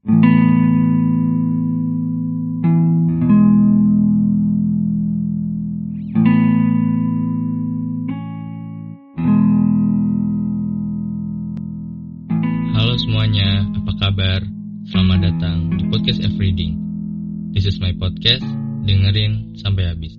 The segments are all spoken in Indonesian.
Halo semuanya, apa kabar? Selamat datang di Podcast Everything. This is my podcast, dengerin sampai habis.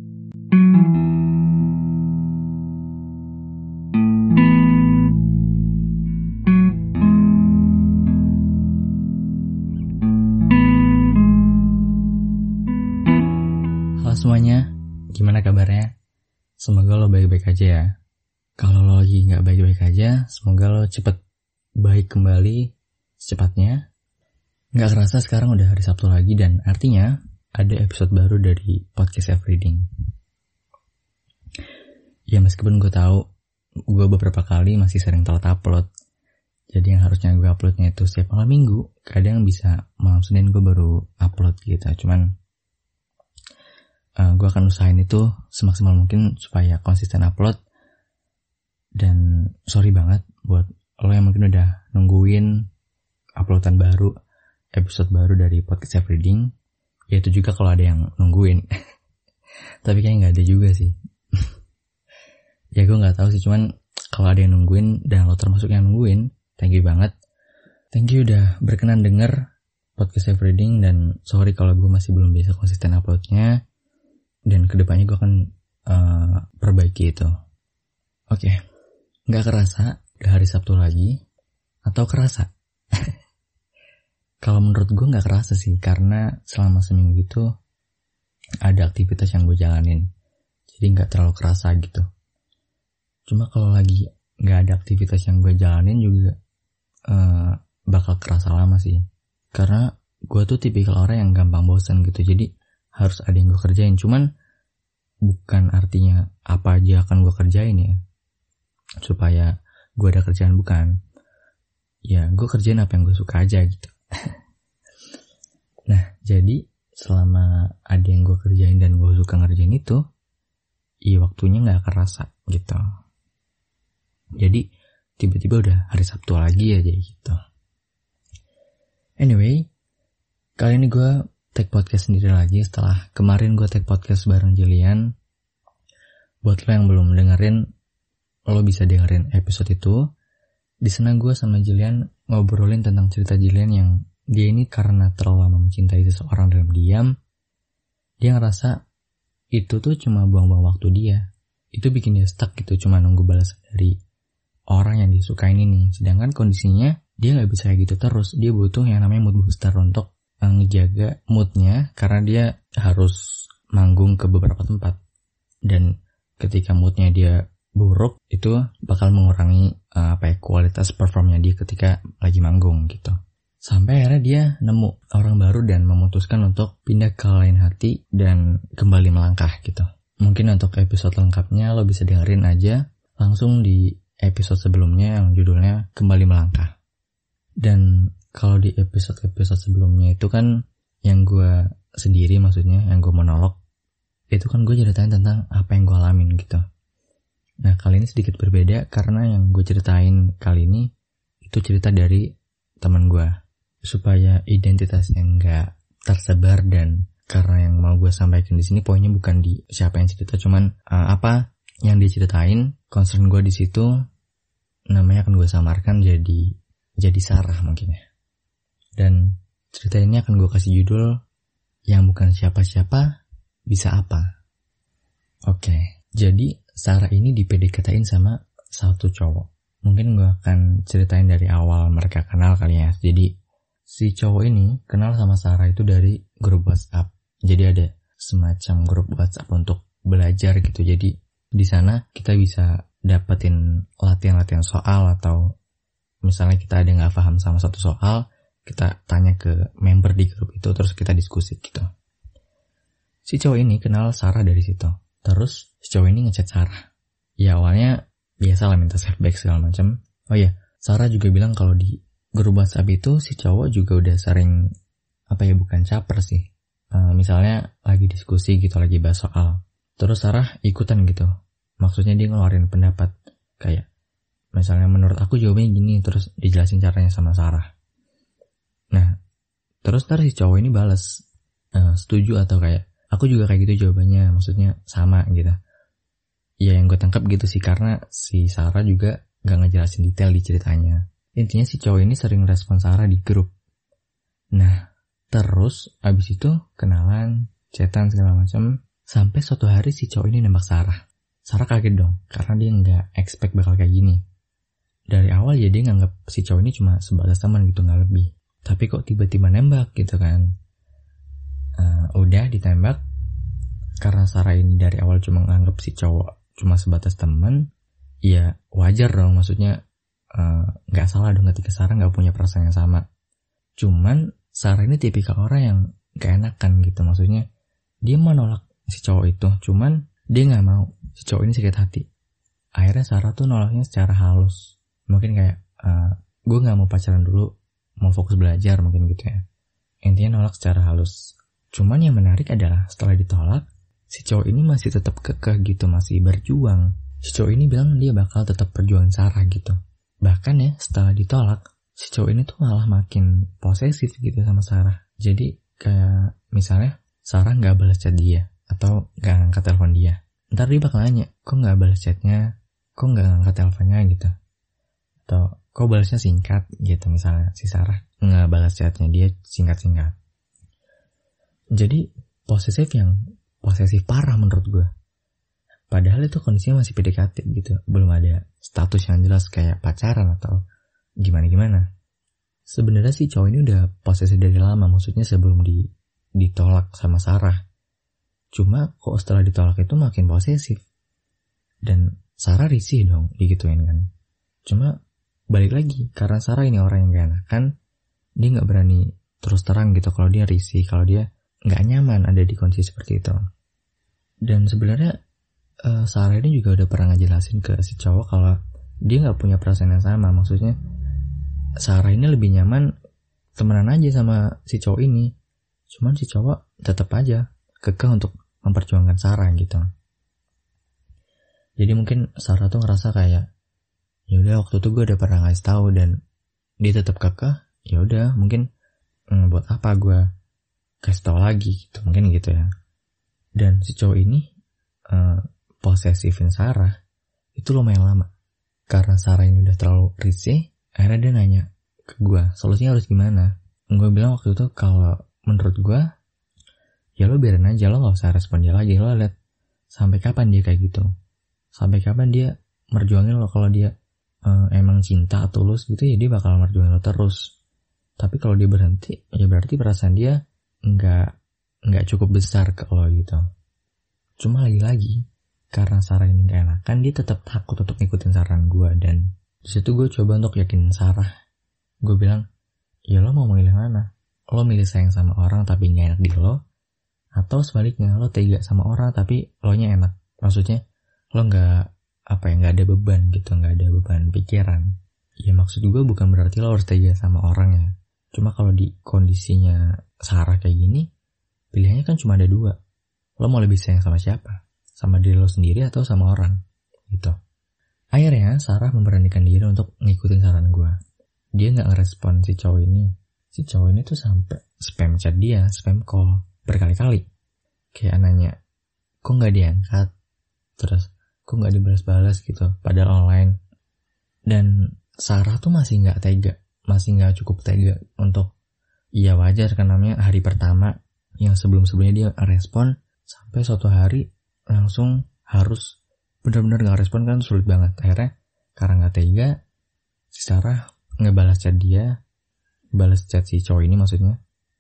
Halo semuanya, gimana kabarnya? Semoga lo baik-baik aja ya. Kalau lo lagi gak baik-baik aja, semoga lo cepet baik kembali secepatnya. Gak kerasa sekarang udah hari Sabtu lagi dan artinya ada episode baru dari Podcast Everything. Ya meskipun gue tahu gue beberapa kali masih sering telat upload. Jadi yang harusnya gue uploadnya itu setiap malam minggu, kadang bisa malam Senin gue baru upload gitu. Cuman gue akan usahain itu semaksimal mungkin supaya konsisten upload. Dan sorry banget buat lo yang mungkin udah nungguin uploadan baru, episode baru dari Podcast Everything. Ya itu juga kalau ada yang nungguin. Tapi kayaknya gak ada juga sih. Ya gue gak tahu sih, cuman kalau ada yang nungguin dan lo termasuk yang nungguin, thank you banget. Thank you udah berkenan denger Podcast Everything. Dan sorry kalau gue masih belum bisa konsisten uploadnya. Dan kedepannya gue akan perbaiki itu. Oke. Gak kerasa udah hari Sabtu lagi. Atau kerasa? Kalau menurut gue gak kerasa sih, karena selama seminggu itu ada aktivitas yang gue jalanin. Jadi gak terlalu kerasa gitu. Cuma kalau lagi gak ada aktivitas yang gue jalanin juga bakal kerasa lama sih. Karena gue tuh tipikal orang yang gampang bosan gitu. Jadi harus ada yang gue kerjain. Cuman bukan artinya apa aja akan gue kerjain ya supaya gue ada kerjaan, bukan. Ya gue kerjain apa yang gue suka aja gitu. Nah jadi selama ada yang gue kerjain dan gue suka ngerjain itu, iya waktunya gak kerasa gitu. Jadi tiba-tiba udah hari Sabtu lagi aja gitu. Anyway, kali ini gue take podcast sendiri lagi setelah kemarin gue take podcast bareng Jillian. Buat lo yang belum dengerin, lo bisa dengerin episode itu. Di sana gue sama Jillian ngobrolin tentang cerita Jillian yang dia ini karena terlalu lama mencintai seseorang dalam diam, dia ngerasa itu tuh cuma buang-buang waktu dia. Itu bikin dia stuck gitu, cuma nunggu balasan dari orang yang disukain ini. Sedangkan kondisinya dia gak bisa kayak gitu terus. Dia butuh yang namanya mood booster untuk ngejaga moodnya, karena dia harus manggung ke beberapa tempat. Dan ketika moodnya dia buruk, itu bakal mengurangi kualitas performnya dia ketika lagi manggung gitu. Sampai akhirnya dia nemu orang baru dan memutuskan untuk pindah ke lain hati dan kembali melangkah gitu. Mungkin untuk episode lengkapnya lo bisa dengerin aja langsung di episode sebelumnya yang judulnya Kembali Melangkah. Dan kalau di episode-episode sebelumnya itu kan yang gue sendiri, maksudnya yang gue monolog, itu kan gue ceritain tentang apa yang gue alamin gitu. Nah kali ini sedikit berbeda karena yang gue ceritain kali ini itu cerita dari teman gue, supaya identitasnya nggak tersebar. Dan karena yang mau gue sampaikan di sini poinnya bukan di siapa yang cerita, cuman apa yang diceritain, concern gue di situ namanya akan gue samarkan jadi Sarah mungkin ya. Dan cerita ini akan gue kasih judul yang bukan siapa-siapa bisa apa. Oke, jadi Sarah ini di-PDKT-in sama satu cowok. Mungkin gue akan ceritain dari awal mereka kenal kali ya. Jadi si cowok ini kenal sama Sarah itu dari grup WhatsApp. Jadi ada semacam grup WhatsApp untuk belajar gitu. Jadi di sana kita bisa dapetin latihan-latihan soal, atau misalnya kita ada nggak paham sama satu soal, kita tanya ke member di grup itu, terus kita diskusi gitu. Si cowok ini kenal Sarah dari situ. Terus si cowok ini ngechat Sarah. Ya awalnya biasa lah minta feedback segala macam. Oh iya, Sarah juga bilang kalau di grup WhatsApp itu si cowok juga udah sering bukan caper sih. Misalnya lagi diskusi gitu, lagi bahas soal. Terus Sarah ikutan gitu. Maksudnya dia ngeluarin pendapat kayak misalnya menurut aku jawabannya gini, terus dijelasin caranya sama Sarah. Nah, Terus si cowok ini balas setuju atau kayak aku juga kayak gitu jawabannya, maksudnya sama gitu. Ya yang gue tangkap gitu sih, karena si Sarah juga gak ngejelasin detail di ceritanya. Intinya si cowok ini sering respon Sarah di grup. Nah terus abis itu kenalan, chatan segala macam, sampai suatu hari si cowok ini nembak Sarah. Sarah kaget dong, karena dia gak expect bakal kayak gini. Dari awal ya dia nganggap si cowok ini cuma sebatas teman gitu, gak lebih. Tapi kok tiba-tiba nembak gitu kan. Udah ditembak. Karena Sarah ini dari awal cuma nganggap si cowok cuma sebatas teman, ya wajar dong, maksudnya gak salah dong ketika Sarah gak punya perasaan yang sama. Cuman Sarah ini tipikal orang yang gak enakan gitu, maksudnya dia mau nolak si cowok itu, cuman dia gak mau si cowok ini sakit hati. Akhirnya Sarah tuh nolaknya secara halus, mungkin kayak gue gak mau pacaran dulu, mau fokus belajar mungkin gitu ya. Intinya nolak secara halus. Cuman yang menarik adalah setelah ditolak, si cowok ini masih tetap kekeh gitu, masih berjuang. Si cowok ini bilang dia bakal tetap perjuangin Sarah gitu. Bahkan ya setelah ditolak, si cowok ini tuh malah makin posesif gitu sama Sarah. Jadi kayak misalnya Sarah gak balas chat dia atau gak ngangkat telepon dia, ntar dia bakal nanya, kok gak balas chatnya, kok gak ngangkat teleponnya gitu, atau kok balasnya singkat gitu. Misalnya si Sarah gak balas chatnya dia singkat-singkat. Jadi posesif parah menurut gue. Padahal itu kondisinya masih PDKT gitu, belum ada status yang jelas kayak pacaran atau gimana-gimana. Sebenarnya si cowok ini udah posesif dari lama, maksudnya sebelum ditolak sama Sarah. Cuma kok setelah ditolak itu makin posesif. Dan Sarah risih dong digituin kan. Cuma balik lagi, karena Sarah ini orang yang gak enakan, dia gak berani terus terang gitu kalau dia risih, kalau dia gak nyaman ada di kondisi seperti itu. Dan sebenarnya Sarah ini juga udah pernah ngejelasin ke si cowok kalau dia gak punya perasaan yang sama. Maksudnya Sarah ini lebih nyaman temenan aja sama si cowok ini. Cuman si cowok tetap aja kekeh untuk memperjuangkan Sarah gitu. Jadi mungkin Sarah tuh ngerasa kayak, ya udah waktu itu gue udah pernah ngasih tahu dan dia tetap kekeh, ya udah mungkin buat apa gue kasih tahu lagi gitu, mungkin gitu ya. Dan si cowok ini posesifin Sarah itu lumayan lama. Karena Sarah ini udah terlalu risih, akhirnya dia nanya ke gue, solusinya harus gimana? Gue bilang waktu itu kalau menurut gue, ya lo biarin aja, lo gak usah respon dia lagi. Lo lihat sampai kapan dia kayak gitu, sampai kapan dia merjuangin lo. Kalau dia emang cinta tulus gitu ya dia bakal merjuangin lo terus. Tapi kalau dia berhenti, ya berarti perasaan dia nggak cukup besar ke lo gitu. Cuma lagi-lagi karena Sarah ini gak enakan, dia tetap takut untuk ngikutin saran gue. Dan disitu gue coba untuk yakinin Sarah. Gue bilang, ya lo mau milih mana? Lo milih sayang sama orang tapi gak enak di lo, atau sebaliknya lo tega sama orang tapi lo nya enak. Maksudnya lo gak ada beban gitu, gak ada beban pikiran. Ya maksud gue bukan berarti lo harus tega sama orang ya. Cuma kalau di kondisinya Sarah kayak gini, pilihannya kan cuma ada dua. Lo mau lebih sayang sama siapa? Sama diri lo sendiri atau sama orang? Gitu. Akhirnya Sarah memberanikan diri untuk ngikutin saran gue. Dia gak ngerespon si cowok ini. Si cowok ini tuh sampai spam chat dia, spam call berkali-kali. Kayak nanya, kok gak diangkat? Terus, kok gak dibalas-balas gitu, padahal online. Dan Sarah tuh masih gak tega, masih gak cukup tega untuk, ya wajar kan namanya hari pertama yang sebelum-sebelumnya dia respon, sampai suatu hari langsung harus benar-benar gak respon kan sulit banget. Akhirnya karena gak tega, si Sarah ngebalas chat dia, balas chat si cowok ini maksudnya.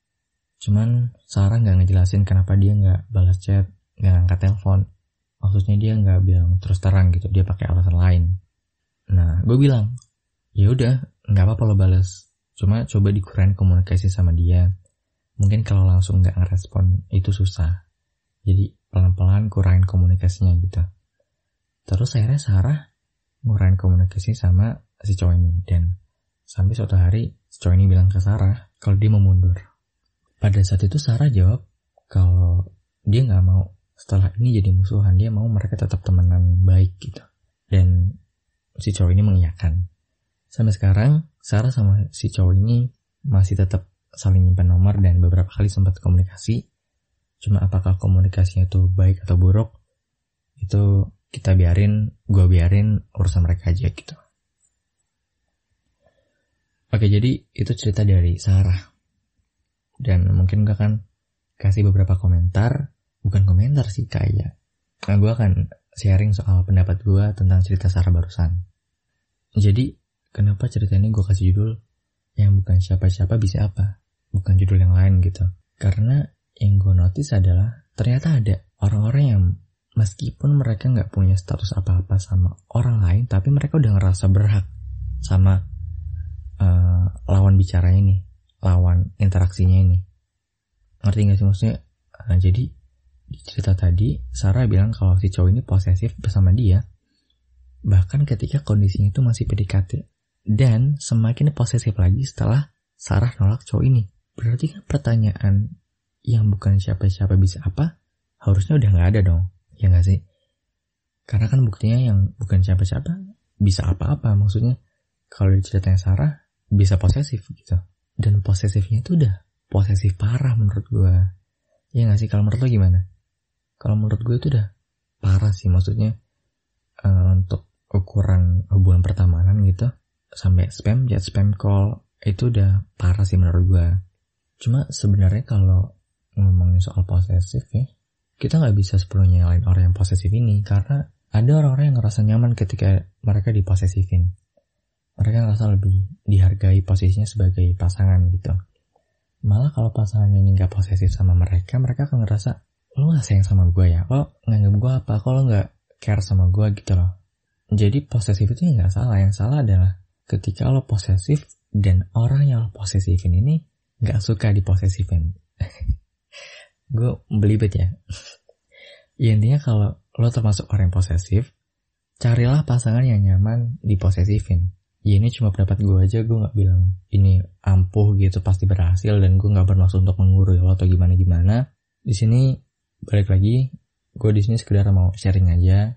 Cuman Sarah gak ngejelasin kenapa dia gak balas chat, gak angkat telepon. Maksudnya dia gak bilang terus terang gitu, dia pakai alasan lain. Nah gue bilang, ya udah gak apa-apa lo balas, cuma coba dikurangin komunikasi sama dia. Mungkin kalau langsung gak ngerespon itu susah, jadi pelan-pelan kurangin komunikasinya gitu. Terus akhirnya Sarah ngurangin komunikasi sama si cowok ini. Dan sampai suatu hari si cowok ini bilang ke Sarah kalau dia mau mundur. Pada saat itu Sarah jawab kalau dia gak mau setelah ini jadi musuhan, dia mau mereka tetap temenan baik gitu. Dan si cowok ini mengiyakan. Sampai sekarang Sarah sama si cowok ini masih tetap saling nyimpan nomor dan beberapa kali sempat komunikasi. Cuma apakah komunikasinya itu baik atau buruk, itu kita biarin, gue biarin, urusan mereka aja gitu. Oke, jadi itu cerita dari Sarah. Dan mungkin gue akan kasih beberapa komentar, bukan komentar sih kayak. Nah, gue akan sharing soal pendapat gue tentang cerita Sarah barusan. Jadi, kenapa cerita ini gue kasih judul yang bukan siapa-siapa bisa apa, bukan judul yang lain gitu. Karena yang gue notice adalah ternyata ada orang-orang yang meskipun mereka gak punya status apa-apa sama orang lain, tapi mereka udah ngerasa berhak sama lawan bicaranya nih, lawan interaksinya ini. Ngerti gak sih maksudnya? Jadi di cerita tadi Sarah bilang kalau si cowok ini posesif bersama dia bahkan ketika kondisinya itu masih PDKT, dan semakin posesif lagi setelah Sarah nolak cowok ini. Berarti kan pertanyaan yang bukan siapa-siapa bisa apa harusnya udah gak ada dong, ya gak sih? Karena kan buktinya yang bukan siapa-siapa bisa apa-apa. Maksudnya kalau di ceritanya Sarah bisa posesif gitu, dan posesifnya itu udah posesif parah menurut gue. Ya gak sih? Kalau menurut lo gimana? Kalau menurut gue itu udah parah sih. Maksudnya untuk ukuran hubungan pertemanan gitu, sampai spam chat, spam call, itu udah parah sih menurut gue. Cuma sebenarnya kalau ngomongin soal posesif ya, kita gak bisa sepenuhnya nyalain orang yang posesif ini. Karena ada orang-orang yang ngerasa nyaman ketika mereka diposesifin. Mereka ngerasa lebih dihargai posisinya sebagai pasangan gitu. Malah kalau pasangannya ini gak posesif sama mereka, mereka akan ngerasa, lo gak sayang sama gue ya? Lo nganggap gue apa? Kok lo gak care sama gue gitu loh. Jadi posesif itu ya gak salah. Yang salah adalah ketika lo posesif dan orang yang lo posesifin ini gak suka diposesifin. Gue belibet ya. Ya intinya kalau lo termasuk orang yang posesif, carilah pasangan yang nyaman diposesifin. Ya ini cuma pendapat gue aja, gue gak bilang ini ampuh gitu pasti berhasil, dan gue gak bermaksud untuk menggurui lo atau gimana-gimana. Di sini balik lagi, gue di sini sekedar mau sharing aja.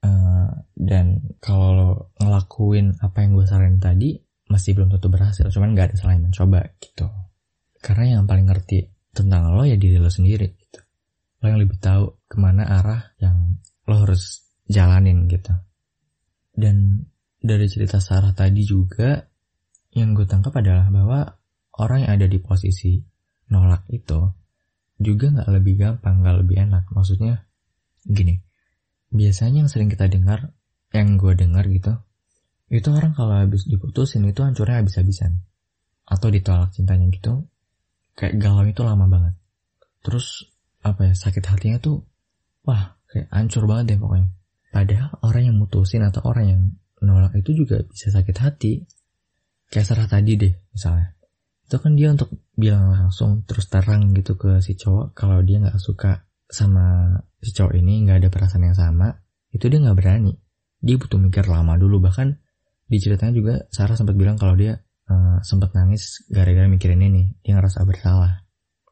Dan kalau lo ngelakuin apa yang gue saranin tadi, masih belum tentu berhasil, cuman gak ada salahnya mencoba gitu. Karena yang paling ngerti tentang lo ya diri lo sendiri gitu. Lo yang lebih tahu kemana arah yang lo harus jalanin gitu. Dan dari cerita Sarah tadi juga, yang gue tangkap adalah bahwa orang yang ada di posisi nolak itu juga gak lebih gampang, gak lebih enak. Maksudnya gini, biasanya yang sering kita dengar, yang gue dengar gitu, itu orang kalau habis diputusin itu hancurnya habis-habisan. Atau ditolak cintanya gitu, kayak galau itu lama banget. Terus sakit hatinya tuh wah kayak hancur banget deh pokoknya. Padahal orang yang mutusin atau orang yang nolak itu juga bisa sakit hati. Kayak Sarah tadi deh misalnya, itu kan dia untuk bilang langsung terus terang gitu ke si cowok kalau dia gak suka sama si cowok ini, gak ada perasaan yang sama. Itu dia gak berani, dia butuh mikir lama dulu. Bahkan di ceritanya juga Sarah sempat bilang kalau dia sempat nangis gara-gara mikirin ini, dia ngerasa bersalah.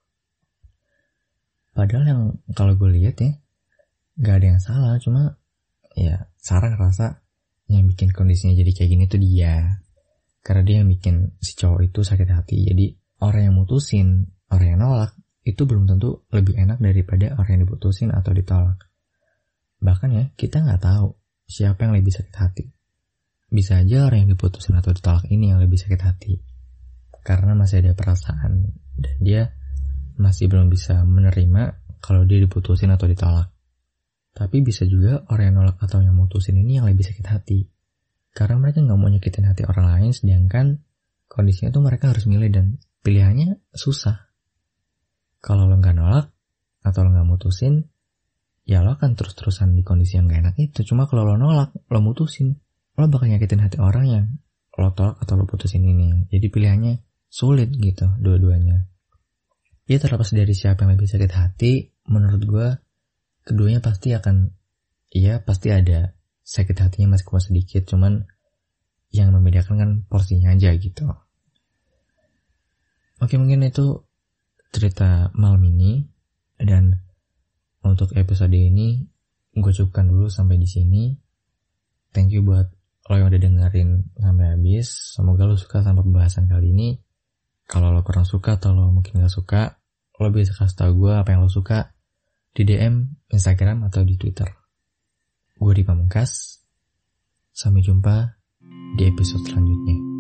Padahal yang kalau gue lihat ya gak ada yang salah, cuma ya Sarah ngerasa yang bikin kondisinya jadi kayak gini tuh dia, karena dia yang bikin si cowok itu sakit hati. Jadi orang yang mutusin, orang yang nolak itu belum tentu lebih enak daripada orang yang diputusin atau ditolak. Bahkan ya kita gak tahu siapa yang lebih sakit hati. Bisa aja orang yang diputusin atau ditolak ini yang lebih sakit hati karena masih ada perasaan dan dia masih belum bisa menerima kalau dia diputusin atau ditolak. Tapi bisa juga orang yang nolak atau yang mutusin ini yang lebih sakit hati karena mereka gak mau nyakitin hati orang lain, sedangkan kondisinya tuh mereka harus milih dan pilihannya susah. Kalau lo gak nolak atau lo gak mutusin, ya lo akan terus-terusan di kondisi yang gak enak itu. Cuma kalau lo nolak, lo mutusin, lo bakal nyakitin hati orang yang lo tolak atau lo putusin ini. Jadi pilihannya sulit gitu dua-duanya. Ya terlepas dari siapa yang lebih sakit hati, menurut gue keduanya pasti akan, iya pasti ada sakit hatinya meskipun sedikit, cuman yang membedakan kan porsinya aja gitu. Oke, mungkin itu cerita malam ini, dan untuk episode ini gue cukupkan dulu sampai di sini. Thank you buat lo yang udah dengerin sampai habis. Semoga lo suka sama pembahasan kali ini. Kalau lo kurang suka atau lo mungkin gak suka, lo bisa kasih tau gue apa yang lo suka di DM Instagram atau di Twitter. Gue Dipa Pamungkas. Sampai jumpa di episode selanjutnya.